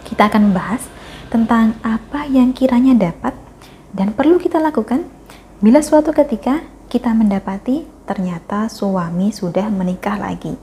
Kita akan membahas tentang apa yang kiranya dapat dan perlu kita lakukan bila suatu ketika kita mendapati ternyata suami sudah menikah lagi.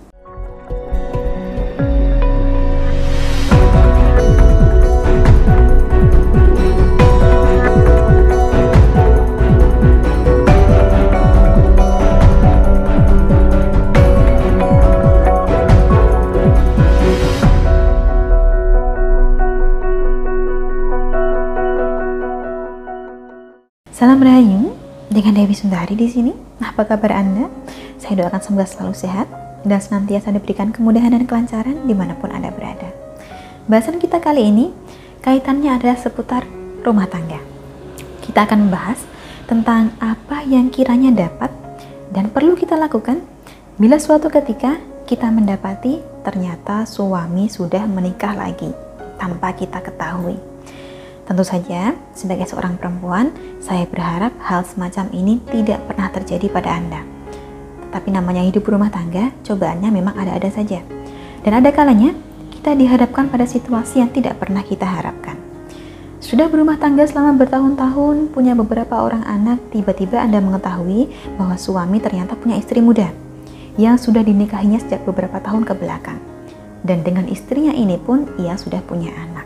Salam Rahayu, dengan Dewi Sundari di sini. Apa kabar Anda? Saya doakan semoga selalu sehat dan senantiasa diberikan kemudahan dan kelancaran dimanapun Anda berada. Bahasan kita kali ini kaitannya adalah seputar rumah tangga. Kita akan membahas tentang apa yang kiranya dapat dan perlu kita lakukan bila suatu ketika kita mendapati ternyata suami sudah menikah lagi tanpa kita ketahui. Tentu saja, sebagai seorang perempuan, saya berharap hal semacam ini tidak pernah terjadi pada Anda. Tapi namanya hidup rumah tangga, cobaannya memang ada-ada saja. Dan ada kalanya, kita dihadapkan pada situasi yang tidak pernah kita harapkan. Sudah berumah tangga selama bertahun-tahun, punya beberapa orang anak, tiba-tiba Anda mengetahui bahwa suami ternyata punya istri muda, yang sudah dinikahinya sejak beberapa tahun ke belakang. Dan dengan istrinya ini pun, ia sudah punya anak.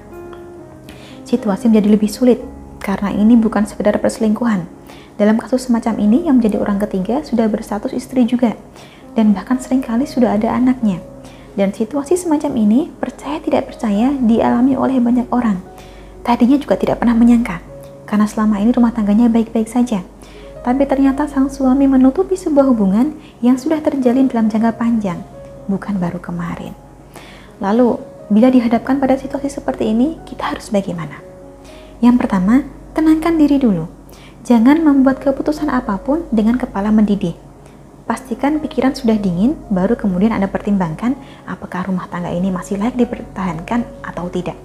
Situasi menjadi lebih sulit karena ini bukan sekedar perselingkuhan. Dalam kasus semacam ini yang menjadi orang ketiga sudah berstatus istri juga dan bahkan seringkali sudah ada anaknya. Dan situasi semacam ini percaya tidak percaya dialami oleh banyak orang. Tadinya juga tidak pernah menyangka karena selama ini rumah tangganya baik-baik saja. Tapi ternyata sang suami menutupi sebuah hubungan yang sudah terjalin dalam jangka panjang, bukan baru kemarin. Lalu bila dihadapkan pada situasi seperti ini, kita harus bagaimana? Yang pertama, tenangkan diri dulu. Jangan membuat keputusan apapun dengan kepala mendidih. Pastikan pikiran sudah dingin, baru kemudian Anda pertimbangkan apakah rumah tangga ini masih layak dipertahankan atau tidak.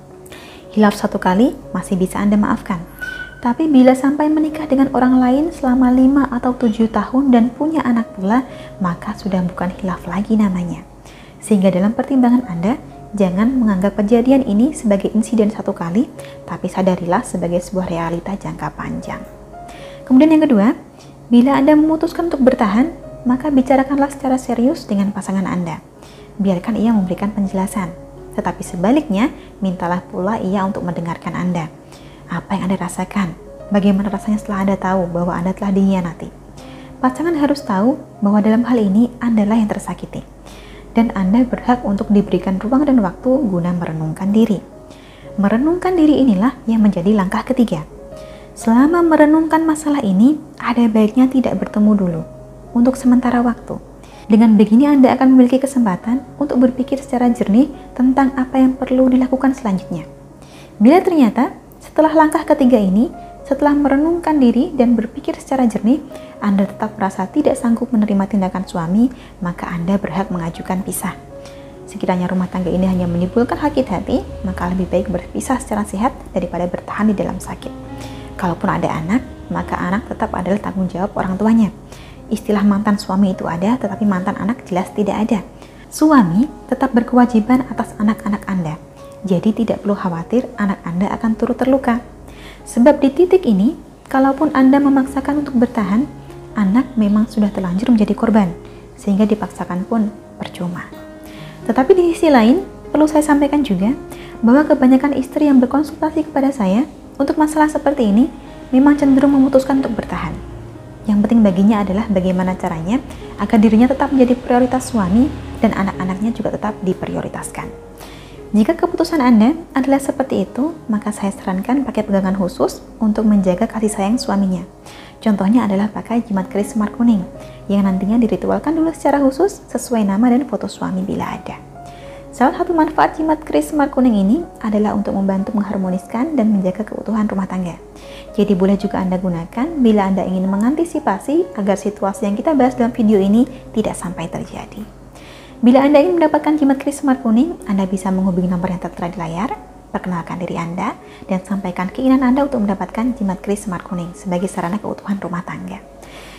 Hilaf satu kali, masih bisa Anda maafkan. Tapi bila sampai menikah dengan orang lain selama 5 atau 7 tahun dan punya anak pula, maka sudah bukan hilaf lagi namanya. Sehingga dalam pertimbangan Anda, jangan menganggap kejadian ini sebagai insiden satu kali, tapi sadarilah sebagai sebuah realita jangka panjang. Kemudian yang kedua, bila Anda memutuskan untuk bertahan, maka bicarakanlah secara serius dengan pasangan Anda. Biarkan ia memberikan penjelasan. Tetapi sebaliknya, mintalah pula ia untuk mendengarkan Anda. Apa yang Anda rasakan? Bagaimana rasanya setelah Anda tahu bahwa Anda telah dikhianati? Pasangan harus tahu bahwa dalam hal ini Anda lah yang tersakiti. Dan Anda berhak untuk diberikan ruang dan waktu guna merenungkan diri. Merenungkan diri inilah yang menjadi langkah ketiga. Selama merenungkan masalah ini, ada baiknya tidak bertemu dulu, untuk sementara waktu. Dengan begini Anda akan memiliki kesempatan untuk berpikir secara jernih tentang apa yang perlu dilakukan selanjutnya. Bila ternyata setelah langkah ketiga ini, setelah merenungkan diri dan berpikir secara jernih, Anda tetap merasa tidak sanggup menerima tindakan suami, maka Anda berhak mengajukan pisah. Sekiranya rumah tangga ini hanya menimbulkan sakit hati, maka lebih baik berpisah secara sehat daripada bertahan di dalam sakit. Kalaupun ada anak, maka anak tetap adalah tanggung jawab orang tuanya. Istilah mantan suami itu ada, tetapi mantan anak jelas tidak ada. Suami tetap berkewajiban atas anak-anak Anda, jadi tidak perlu khawatir anak Anda akan turut terluka. Sebab di titik ini, kalaupun Anda memaksakan untuk bertahan, anak memang sudah terlanjur menjadi korban, sehingga dipaksakan pun percuma. Tetapi di sisi lain, perlu saya sampaikan juga, bahwa kebanyakan istri yang berkonsultasi kepada saya untuk masalah seperti ini, memang cenderung memutuskan untuk bertahan. Yang penting baginya adalah bagaimana caranya agar dirinya tetap menjadi prioritas suami dan anak-anaknya juga tetap diprioritaskan. Jika keputusan Anda adalah seperti itu, maka saya sarankan pakai pegangan khusus untuk menjaga kasih sayang suaminya. Contohnya adalah pakai jimat keris semar kuning, yang nantinya diritualkan dulu secara khusus sesuai nama dan foto suami bila ada. Salah satu manfaat jimat keris semar kuning ini adalah untuk membantu mengharmoniskan dan menjaga keutuhan rumah tangga. Jadi boleh juga Anda gunakan bila Anda ingin mengantisipasi agar situasi yang kita bahas dalam video ini tidak sampai terjadi. Bila Anda ingin mendapatkan jimat keris semar kuning, Anda bisa menghubungi nomor yang tertera di layar, perkenalkan diri Anda, dan sampaikan keinginan Anda untuk mendapatkan jimat keris semar kuning sebagai sarana keutuhan rumah tangga.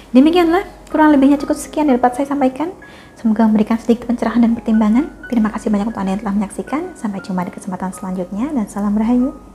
Demikianlah, kurang lebihnya cukup sekian yang dapat saya sampaikan. Semoga memberikan sedikit pencerahan dan pertimbangan. Terima kasih banyak untuk Anda yang telah menyaksikan. Sampai jumpa di kesempatan selanjutnya dan salam rahayu.